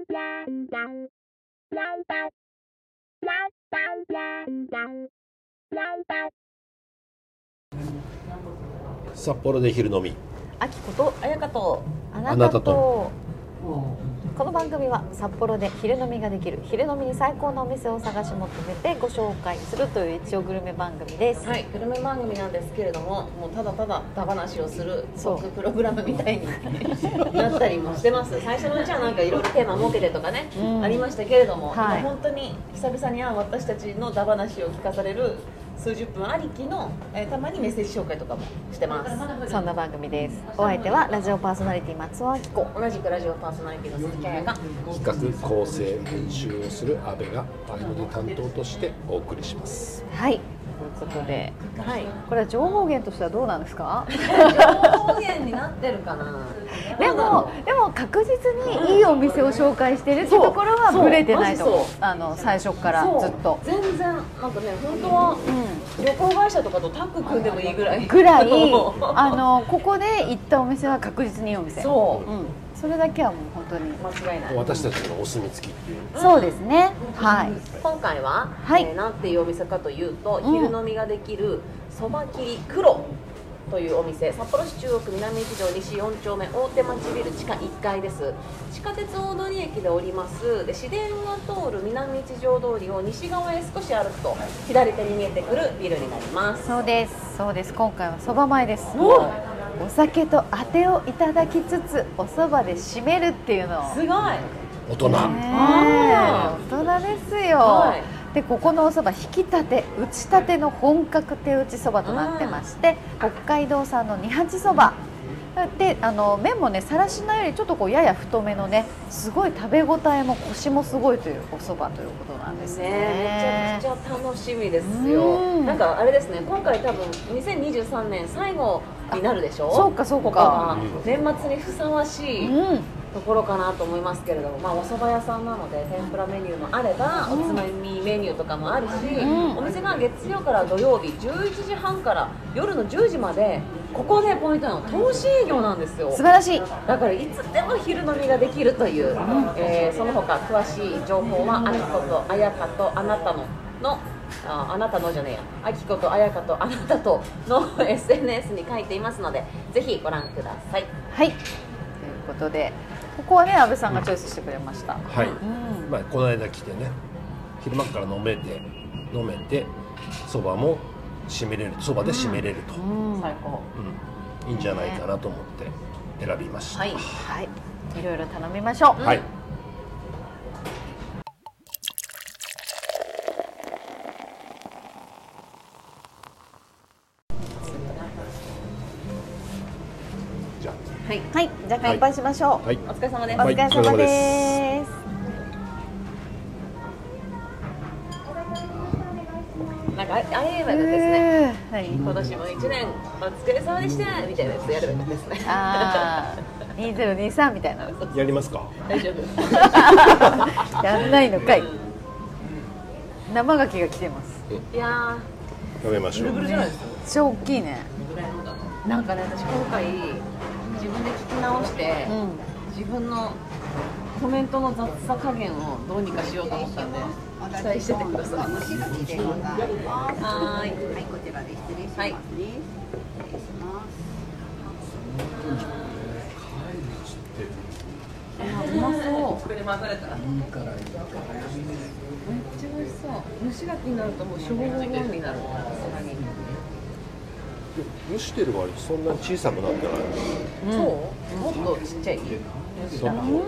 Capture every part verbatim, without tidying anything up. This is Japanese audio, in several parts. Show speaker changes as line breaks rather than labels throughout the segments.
札幌で昼飲み、
あきことあやかと
あなたと。
この番組は札幌で昼飲みができる昼飲みに最高のお店を探し求めてご紹介するという一応グルメ番組です。
はい、グルメ番組なんですけれども、もうただただダ話をするトークプログラムみたいになったりもしてます。最初のうちはなんかいろいろテーマ設けてとかね、うん、ありましたけれども、はい、今本当に久々には私たちのダ話を聞かされる数十分ありきの、えー、たまにメッセージ紹介とかもしてます。
そんな番組です。お相手はラジオパーソナリティ松尾明子、
同じくラジオパーソナリティの鈴木彩が
企画構成編集をする阿部がパイロデ担当としてお送りします。
はい、ということで、はい、これは情報源としてはどうなんですか？
情報源になってるかな。
でもでも確実にいいお店を紹介してるってところはブレてないと思う。あの最初からずっと
全然なんかね、本当は、うん、旅行会社とかとタッグ組んでもいいぐらい
ぐらいあのここで行ったお店は確実にいいお店。そう、うん、それだけはもう本当に
間違いない。
私たちのお墨付きっていう、
うん、そうですね。はい。
今回は、
はい、
えー、なんていうお店かというと、うん、昼飲みができるそば切り黒というお店、札幌市中央区南一条西よん丁目大手町ビル地下いっかいです。地下鉄大通駅で降ります。で、市電が通る南一条通りを西側へ少し歩くと左手に見えてくるビルになります。
そうですそうです。今回はそば前です。お酒とあてをいただきつつおそばで締めるっていうの
すごい
大人、
大人ですよ、はい。でここのおそば引き立て打ち立ての本格手打ちそばとなってまして、北海道産の二八そばで、あの麺もねさらしなよりちょっとこうやや太めのね、すごい食べ応えもコシもすごいというおそばということなんですね。
ね、めちゃくちゃ楽しみですよ。んなんかあれですね、今回多分にせんにじゅうさんねん最後になるでしょ。
そうかそうか、
年末にふさわしい、うん、ところかなと思いますけれども、まあ、お蕎麦屋さんなので天ぷらメニューもあれば、うん、おつまみメニューとかもあるし、うん、お店が月曜から土曜日じゅういちじはんから夜のじゅうじまで、ここでポイントなの投資営業なんですよ。
素晴らしい。
だからいつでも昼飲みができるという、うん、えー、その他詳しい情報はあきことあやかとあなたののあ, あなたのじゃねえやあきことあやかとあなたとのエスエヌエス に書いていますので、ぜひご覧ください。
はい、ということでここはね、安部さんがチョイスしてくれました。
はい、うん、まあ、この間来てね、昼間から飲めて飲めてそばも締めれる、そばで締めれると、
うん、最高、
うん、いいんじゃないかなと思って選びました。
はい、はい、いろいろ頼みましょう。
はい、じゃあ、
はい、はい、じゃあ乾杯しましょう。
はい、お疲れ様です。
お疲れ様です。
なんかああいうのですね、はい、今年も一年お疲れ様でしたみたいなやつやればいいですね。
ああ、にせんにじゅうさんみたいな。
やりますか。
大丈夫。
やんないのかい。生牡蠣が来てます。
いや
ー、食べましょう。
ブルブルじゃないですか。
超大きいね。
なんかね、私今回自分で聞き直して、うん、自分のコメントの雑さ加減をどうにかしようと思ったんで、期待しててください。蒸し牡蠣でございます。はい、はい、こちらで失礼しますね。はい、失礼します。あ、うまそう。これで混ざれたら。めっちゃ美味しそう。蒸し牡蠣になるともう消防になる。さらに。
蒸してる割にそんなに小さくなってない。
うん、そう？もっとちっちゃい。
そう。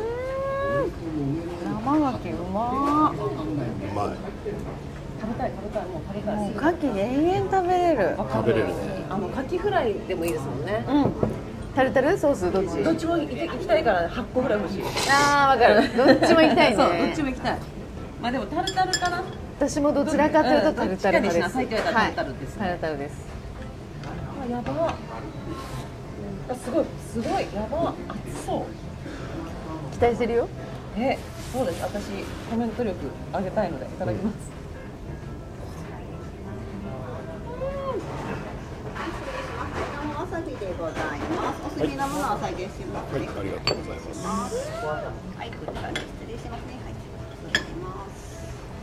生牡蠣うまー。
うまい。
食べたい食べたい、もう食べたい。
もう牡蠣延々食べれる。
食べれるね。
あの牡蠣フライでもいいですもんね。
うん。タルタルソースどっち？
どっちも行きたいからはっこぐらい欲しい。
ああ、わかる。どっちも行きたいね。
そう、どっちも行きたい。まあでもタルタルかな。
私もどちらかというとタルタルです。
どっちかにしなさいって言われたらタルタルです。
タルタルです。
あ、やば。あ、すごいすごいやば。熱そう。
期待してるよ。
え、そうです。私コメント力上げたいのでいただきます。
わさびでございます。お好きなものをお下げします。
はい、ありがとうございます。
はい、こちらで失礼礼しますね。はい、お願いします。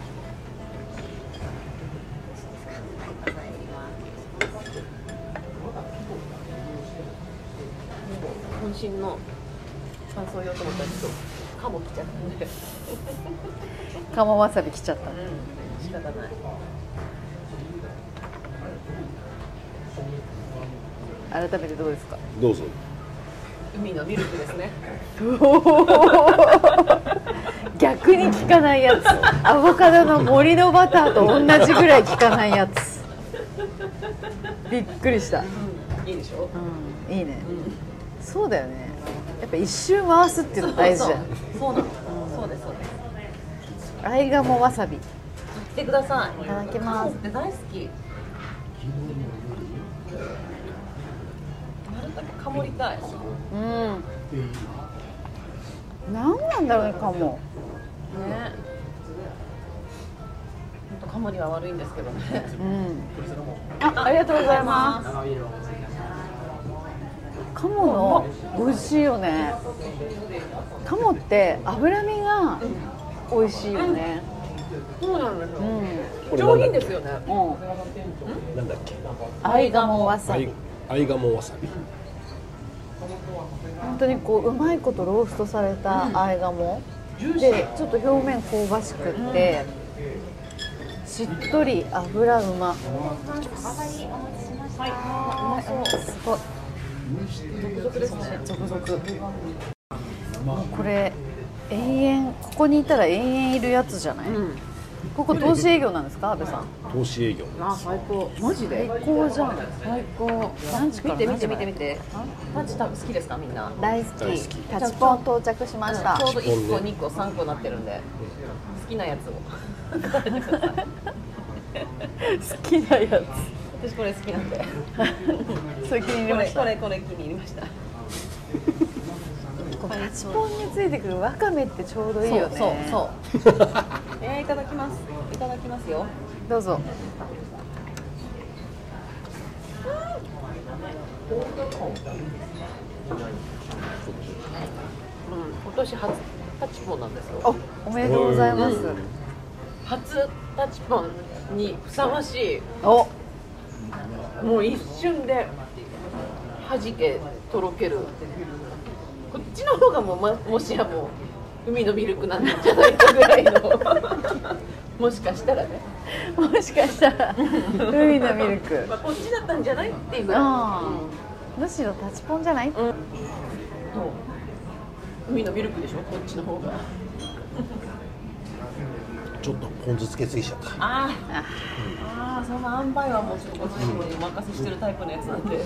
渾身の感想を言おうと思ったらちょっとカモ来ちゃったんで
鴨わさび来ちゃった、うん、
仕方ない。
改めてどうですか？
どうぞ。
海のミルクですね。
逆に効かないやつ。アボカドの森のバターと同じぐらい効かないやつ。びっくりした。
うん、いいでしょ？
うん、いいね、うん。そうだよね。やっぱ一周回すっていうの大事じゃん。
そうなの。うん、そうですそうです。
アイガモわさび。
行ってください。
いただきます。
って大好き。なるだけかもりたい。
うん。なんなんだろうね、カモ。
ね。本当カモには悪いんですけどね。
うん。あ、ありがとうございます。カモの美味しいよね。カモって脂身が美味しいよね。
そうなんですよ。
うん。
上品ですよね。
うん。
なんだっけ。
アイガモわさび。
アイガモわさび。
本当にこううまいことローストされたアイガモ、うん、でちょっと表面香ばしくって、うん、しっとり油うま。はい、うまそう。すごい。
続々ですね。
続々。もうこれ永遠ここにいたら永遠いるやつじゃない？うん、ここ投資営業なんですか、安部さん？
投資営業。
あ、最高。マジで？
最高じゃん。
最高。
何時から？
見て見て見て見て。タチタ好きですかみんな？
大好き。タチポン到着しました。
ちょうどいっこにこさんこなってるんで、好きなやつを食べてください。
好きなやつ。
私これ好きなんで。
それ気に入りました。
これこれこれ気に入りました。
タチポンについてくるわかめってちょうどいいよね。
そうそうそう。えー、いただきます。いただきますよ。
どうぞ。
うん、今年初タチポンなんですよ。
お、おめでとうございます。
うん、初タチポンにふさわしい。
お、
もう一瞬で弾けとろける。こっちの方がもう、ま、もしやもう海のミルクなんじゃないかぐらいのもしかしたらね、
もしかしたら海のミルク、
まあ、こっちだったんじゃないっていうぐらい、
うん、むしろタチポンじゃない、うん、そう
海のミルクでしょ、こっちの方が
ちょっとポン酢つけすぎちゃった。
あー、あー、その塩梅はもうちょっとご自身にお任せしてるタイプのやつなんで。こ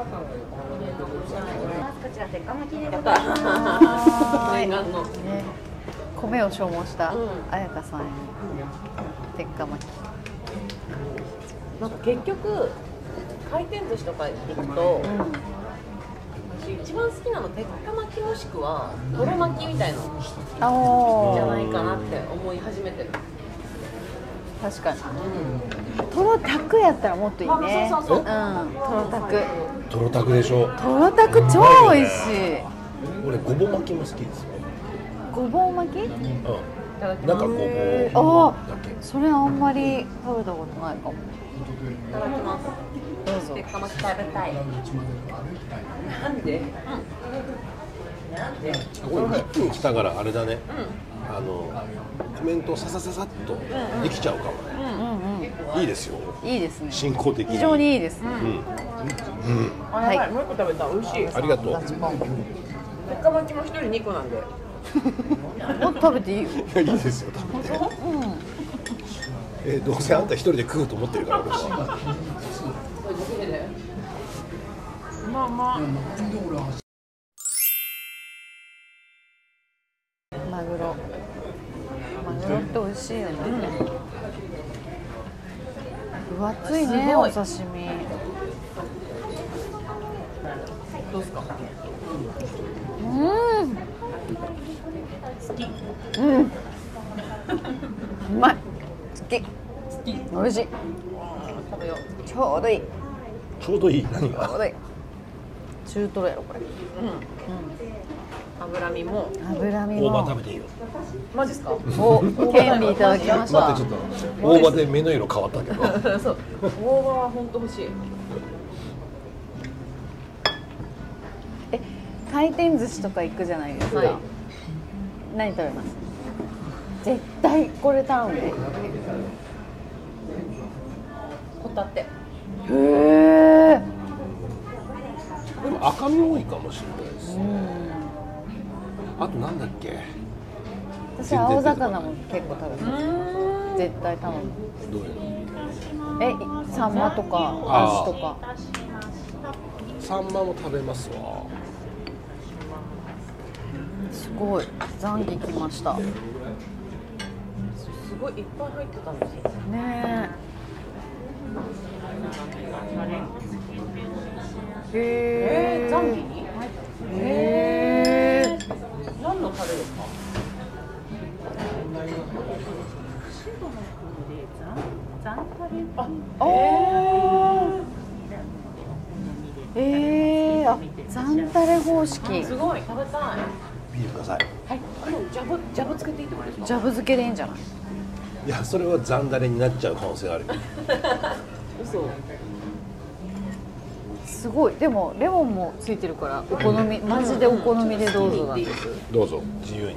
ちら鉄火巻きでございます。念願の、ね、
米を消耗した彩香さんへ鉄火巻き。
なんか結局回転寿司とか行くと、うん、一番好きなの鉄火巻きもしくはとろ巻きみたいなのじゃないかなって思い始めてる。
確かに、うん、とろたくやったらもっといいね。
そうそうそう、うん、
とろたく
とろたくでしょ。
とろたく超美味しい。
俺ごぼう巻きも好きですよ。
ごぼう巻き？うん、
なんかごぼう
あ、それあんまり食べたことないかも。
いただきます。
どうぞ。
鉄火巻き食べたい。なんで？うん、なんで？
これいっぷん来たからあれだね、うん、あのコメントささささっとできちゃうかもね、うんうんうん、いいですよ。
いいですね。
進行的に
非常にいいですね。うん、うん、
あ、やばい、もう一個食べた。美味しい。
ありがとう。
鉄火巻きも一人にこなんで
もっと食べていいよ。
いいですよ、食べて。うん、えー、どうせあんた一人で食うと思ってるから私。
まあまあ。
マグロ。マグロって美味しいよね。うん、分厚いね、お刺身。
どうですか？
うん。
好き。
うん。うまい。好き。
好き。
美味しい。
食べよう。
ちょうどいい。
ちょうどいい。何が？
ちょうどいい。中トロやろこれ。うん。うん。
脂身も
脂身
大葉
も
食べていいよ。
マジですか？
お権利いただきました。
待ってちょっと大葉で目の色変わったけど。
そう大葉は本当欲しい。
え回転寿司とか行くじゃないですか、
はい、
何食べます？絶対これ頼んで。
ホタテ。
へえ。
でも赤身多いかもしれないです。あとなんだっけ。
私青魚も結構食べます。絶対頼む。
どういうの？
えサンマとかアジとか。
サンマも食べますわ。
すごい残機きました。
すごいいっぱい入ってたんですよ。
ねえ。へ
えー、残機に？
へえ。
何のタレですか？
ああ。えー、あ、ザンタレ方式。
すごい食べたい。
ビールください。
はい。あのジャブジャブつけていいってことですか？
ジャブ漬けでいいんじゃない？
いやそれはザンダレになっちゃう可能性がある。
嘘。
すごい。でもレモンもついてるからお好み、うん、マジでお好みでどうぞなんです。
どうぞ自由に。い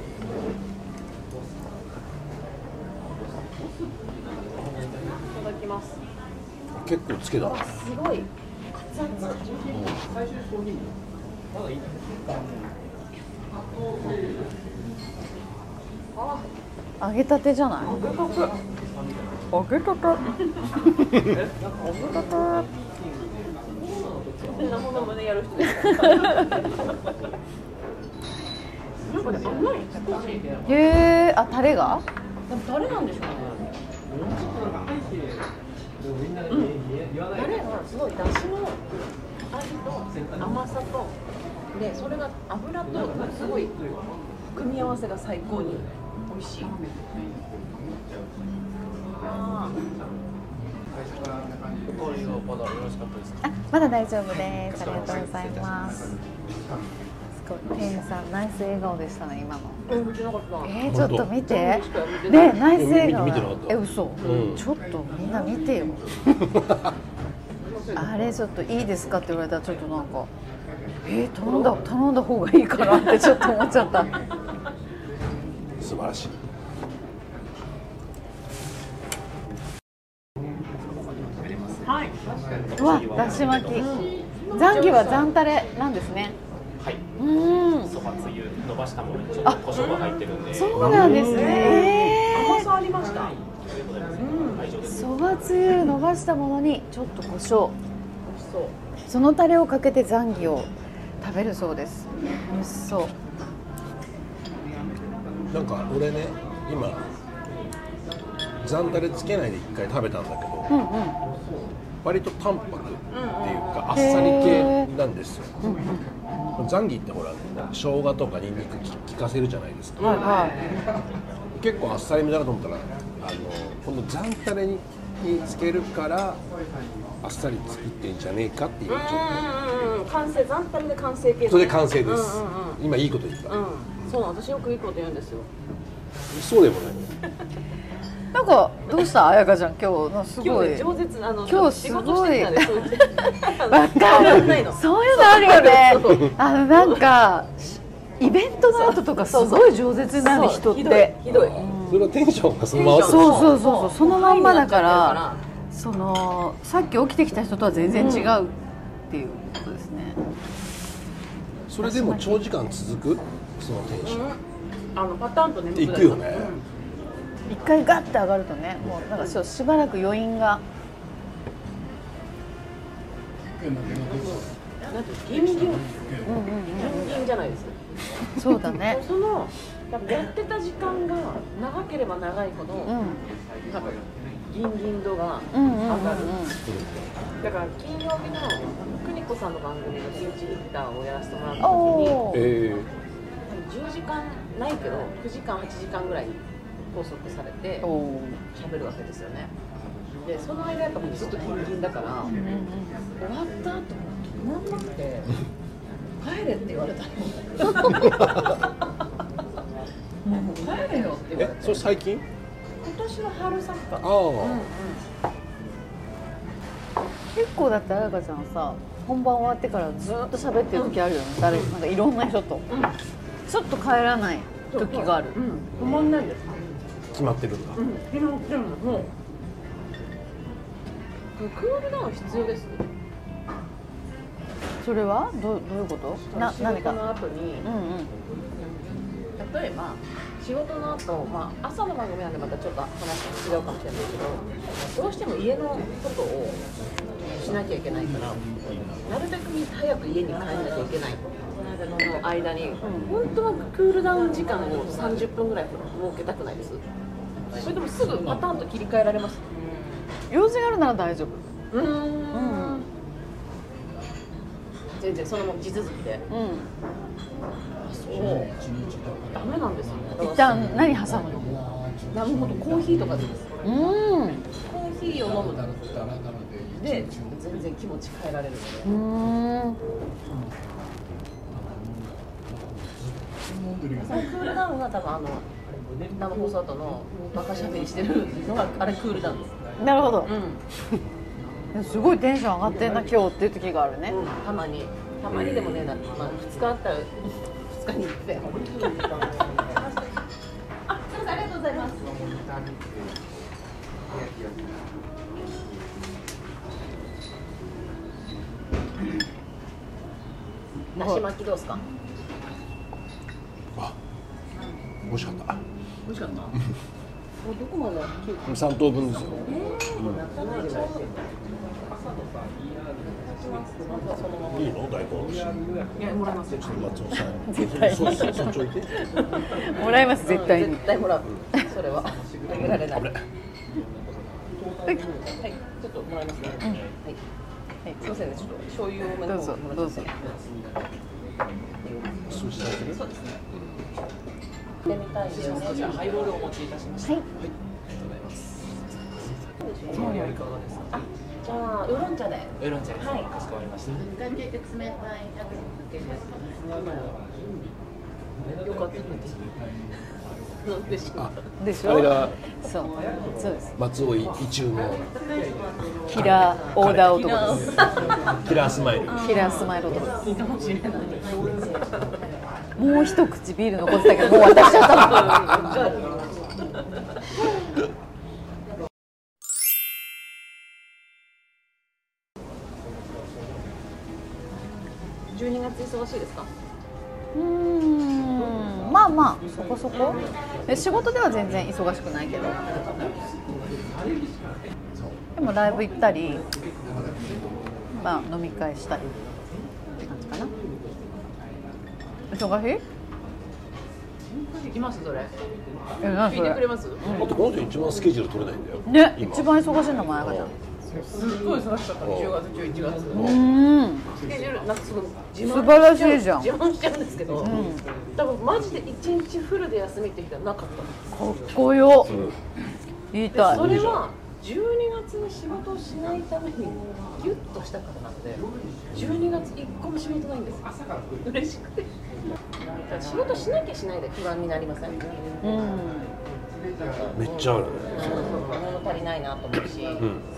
ただきます。
結構つけたね。
すごい。熱々。
揚げたてじゃない？揚げたて。揚げたて。
生の胸やる人ですか？なんかね甘い。
へえ、あタレが？
でもタレなんでしょうね。うん。タレがすごい出汁の味と甘さとでそれが油とすごい組み合わせが最高に美味しい。あ
あ、まだ大丈夫です。ありがとうございます。すごい、店員さんナイス笑顔でしたね今の。
え
ー、ちょっと見て。ね、ナイス笑顔。
見てなかった。
え、嘘。うん、ちょっとみんな見てよ。あれちょっといいですかって言われたらちょっとなんか、えー、頼んだ頼んだ方がいいかなってちょっと思っちゃった。
素晴らしい。
はい。
うわ、だし巻き。残機はザンタレなんですね。
はい。
うん。
そばつゆ伸ばしたものにちょっと胡椒が入ってるんで。
そうなんですね。
甘さありました。
そばつゆ伸ばしたものにちょっと胡椒。
美味しそう。
そのタレをかけてザンギを食べるそうです。美味しそう。
なんか俺ね今ザンタレつけないで一回食べたんだけど、
うんうん、
割と淡白っていうかあっさり系なんですよ。うんうん、ザンギってほら生姜とかニンニク効かせるじゃないですか。
はいはい、
結構あっさりめだなと思ったらあのこのザンタレにつけるからあっさり作ってんじゃねえかっていうちょっ
と完成ザンタレで完成形。
それで完成です。
うんうんうん、
今いいこと言った。
うん、そう私よくいいこと言うんですよ。
そうでもない。
なんかどうした彩香ちゃん今日のすごい
今日饒舌あの
今日すごい
わ
かるそういうのあるよね。あのなんかイベントの後とかすごい饒舌になる人って
ひどい。
それはテンションがそのまま。
そうそうそうそうそのまんまだからそのさっき起きてきた人とは全然違うっていうことですね。
それでも長時間続くそのテンション。
あのパターンと眠くなる。
いくよね。
一回ガッて上がるとね、もうなんかそうしばらく余韻が。
なんてギンギン、ギンギンじゃないですか。
そうだね。
そのやってた時間が長ければ長いほど、うん、なんかギンギン度が上がる。だから金曜日の邦子さんの番組のピンチヒッターをやらせてもらった時に、えー、じゅうじかんないけどくじかんはちじかんぐらい拘束されて喋るわけですよね。でその間やっぱずっとギンギンだから、うん、終わった後も止まんなくて帰れって言われたの。もう帰れよって言われ
え、
て。
それ最近？
今年の春先か。
ああ、
結構だって彩香ちゃんさ本番終わってからずっと喋ってる時あるよね、誰なんかいろんな人と、ちょっと帰らない時がある。
止まんないんです。
決まってるんだ。
うん、決まってるの。もうクールダウン必要です。
それはどうどういうこと？な
仕
何か。
事の後に、
うんうん。
例えば仕事の後、まあ朝の番組なんでまたちょっと話が違うかもしれないけど、どうしても家のことをしなきゃいけないから、なるべく早く家に帰らなきゃいけない。の間に、本当はクールダウン時間をさんじゅっぷんぐらい設けたくないです。それでもすぐパターンと切り替えられます。
用事があるなら大丈夫。
うーん。
うん。
全然そのまま地続きで。
うん。
そう。ダメなんですよね。
一旦何挟むの？
なるほど、コーヒーとかでです。
うん。
コーヒーを飲むで全然気持ち変えられるので。
うん。
そのクールダウンは多分あの生放送後のバカしゃべりしてるのがあれクールダウンです。
なるほど。
うん。
すごいテンション上がってんな今日っていう時があるね。
うん、たまにたまにでもね、まあふつかあったらふつかにいっぺん。あ、すみません、ありがとうございます。梨巻きどうですか？
あ、美味しかった。
美味しかった。もうどこまで？
三等分ですよ。
ええー、うん、
いいの大根？
いや、もらいますよ。
松尾さん。
絶対に
そそそっち置いて。
もらいます絶対に。
絶対もらう。それはあげられない。
危ない。
はい、ちょっともらいますね。はい。すみませんね、ちょっと醤油多めの
どうぞどうぞ。
数字されてる？
そうですね。やってみたいです。
じゃあハイボールをお持ちいたしました。
はい。
つまりはいかがですか？
あ、じゃあウーロン茶で。
ウーロン茶です。
はい。
かしこまりました。
よかったです。でしょ。
でしょ。
あれが
そうそうです。
松尾一中の
キラーオーダー男です。
キラースマイル。
キラースマイル男です。
いいかもしれない。
もう一口ビール残ってたけどもう渡しちゃったの。
じゅうにがつ忙しいですか？
うーん、まあまあそこそこ。仕事では全然忙しくないけど。でもライブ行ったり、まあ飲み会したりって感じかな。忙しい？
行きますそれ。
え、何それ？
聞いてくれます？
だってこの人一番スケジュール取れないんだよ。
ね、一番忙しいのもあやかちゃん。
すっごい忙しかったの。じゅうがつ、じゅういちがつ。
うーん。
スケジュールなんかすごい自
素晴らしいじゃん。
自慢しちゃうんですけど、
うん、
多分マジで一日フルで休みって日はなかったんです。
かっこよ。言いたい。
それはじゅうにがつに仕事をしないためにギュッとしたからなので、じゅうにがついっこも仕事ないんです。嬉しくて。仕事しなきゃしないで不安になりません？うん。
めっちゃあるね。
物足りないなと思うし、うん、そう。じゅう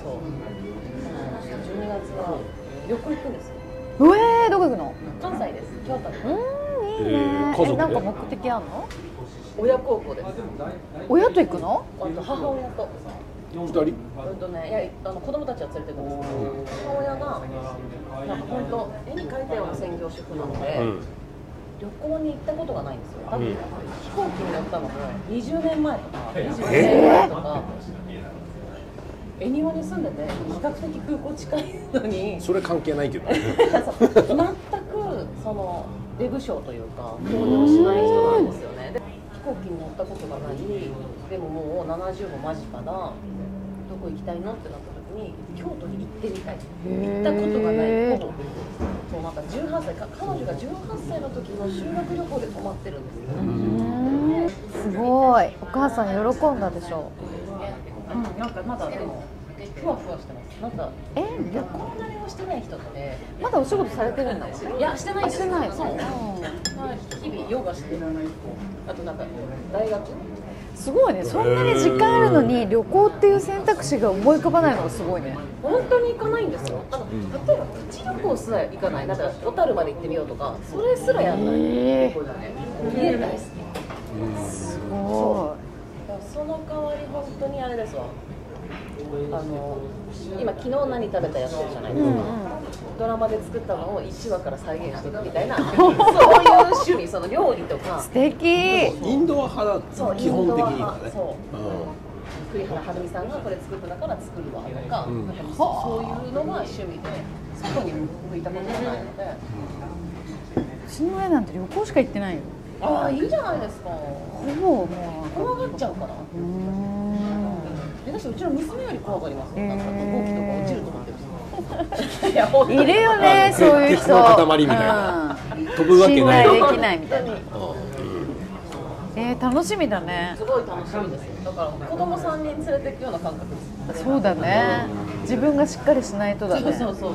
にがつは旅行行くんですよ。
うえー、どこ行くの？
関西です。京都。
うん、いいね。
えー、家族で
え、なんか目的あんの？
親孝行です。
親と行くの？
あと母親と。
二人？
うんとね、いや、あの子供たちは連れてくんですけど、母親がなんか本当絵に描いたような専業主婦なので、うん、旅行に行ったことがないんですよ。多分、うん、飛行機に乗ったのもにじゅうねんまえとかにじゅうねんまえとか。恵庭に住んでて比較的空港近いのに
それ関係ないけど全く
そのデブ症というか行動しない人なんですよね。で飛行機に乗ったことがない、でももうななじゅうも間近だ、どこ行きたいのってなった時に京都に行ってみたい、行ったことがない子、そうなんかじゅうはっさいか彼女がじゅうはっさいの時の修学旅行で泊まってるんですよ。
すごい、お母さん喜んだでしょう。
うん、なんかまだでもふわふわしてます。なんか
え
旅行慣れをしてない人って
まだお仕事されてるんだ。
いやしてないんですよ。
してない
そう。
うん
日々ヨガして、あとなんか大学。
すごいね。そんなに時間あるのに旅行っていう選択肢が思い浮かばないのがすごいね。
本当に行かないんですよ。あの例えばプチ旅行すら行かない。なんか小樽まで行ってみようとか、それすらやんない。
え
家大好き。
すご
その代わり本当にあれですわ。あの今昨日何食べたやつじゃないですか、うんうん、ドラマで作ったのをいちわから再現していくみたいなそういう趣味、その料理とか
素敵。
インドア派だ
そう
基本的にはね。
そう、うん、栗原はるみさんがこれ作ったんだから作るわとか、うん、なんかそういうのが趣味で外に向いたことがないので、
うちの親なんて旅行しか行ってないよ。
ああいいじゃないですか。
もうもう
怖がっちゃうから。うーん。私うちの娘より怖がります。なんか飛行機とか落ちると思ってる。いや本当に
いるよね、そういう人。
鉄の塊みたいな。飛ぶわけない。
信頼できないみたいな。えー、楽しみだね。
すごい楽しみです。だから子供さんにん連れて行くような感覚です。
そうだね。自分がしっかりしないとだね。
そうそうそうそう。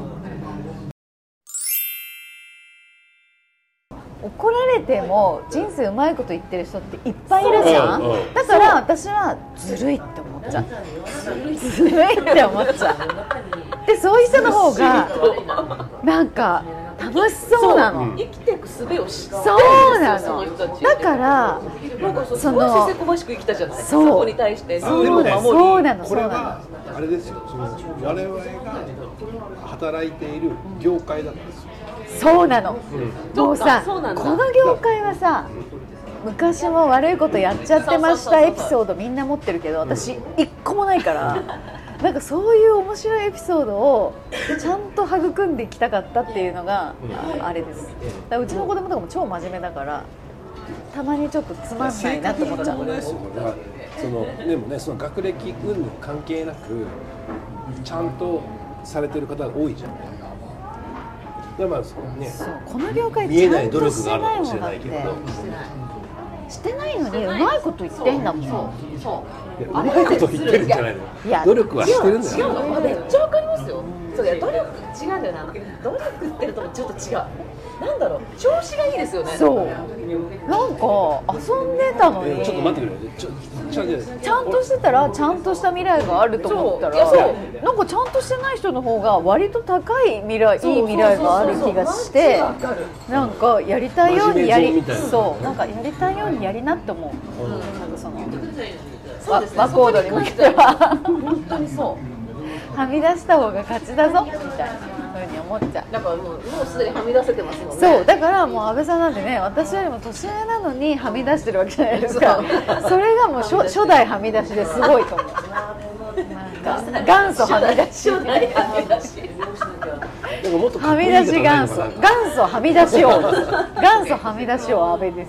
怒られても人生うまいこと言ってる人っていっぱいいるじゃん。だから私はずるいって思っちゃう。ずるいって思っちゃう。でそういう人の方がなんか楽しそうなの。
生きていく術を知ってるんですよ。
そうなの。
だ
から
そのせせこましく生きたじゃない。
そう
そこに対して
そう
守り。
そうなの。
これはあれですよ。その我々が働いている業界だったんですよ。
そうなの、
うん、
もうさこの業界はさ昔も悪いことやっちゃってましたエピソードみんな持ってるけど私一個もないからなんかそういう面白いエピソードをちゃんと育んでいきたかったっていうのが あ, あれです。だからうちの子供とかも超真面目だからたまにちょっとつまんないなと思っちゃう。
そのでもね、その学歴云々関係なくちゃんとされてる方が多いじゃん。でまあね、
そうこの業界
見えない努力があるかもしれないけど
してないのにうまいこと言ってんだもん。そう
そううまいこと言ってるんじゃないの。いや努力はしてるんだよ。
違うのめっちゃわかりますよ。そういや努力違うんだよな。努力ってるとちょっと違う。なんだろう調子がいいですよね。
そうなんか遊んでたのに
ちょっと待ってくれちょちょ
ちゃんとしてたらちゃんとした未来があると思ったらなんかちゃんとしてない人の方が割と高い未来いい未来がある気がしてなんかやりたいようにやりそうなんかやりたいようにやりなって思う。なんかその和コードに向けては
本当にそう
はみ出した方が勝ちだぞみたいなふうに思っちゃう。
だからもうもうすでにはみ出せてますもんね。
そうだからもう安倍さんなんてね私よりも年上なのにはみ出してるわけじゃないですか。それがもう 初, 初代はみ出しですごいと思う。なんか元祖はみ出し
初代はみ出し
はみ出し元祖元祖はみ出し王元祖はみ出し王安倍です。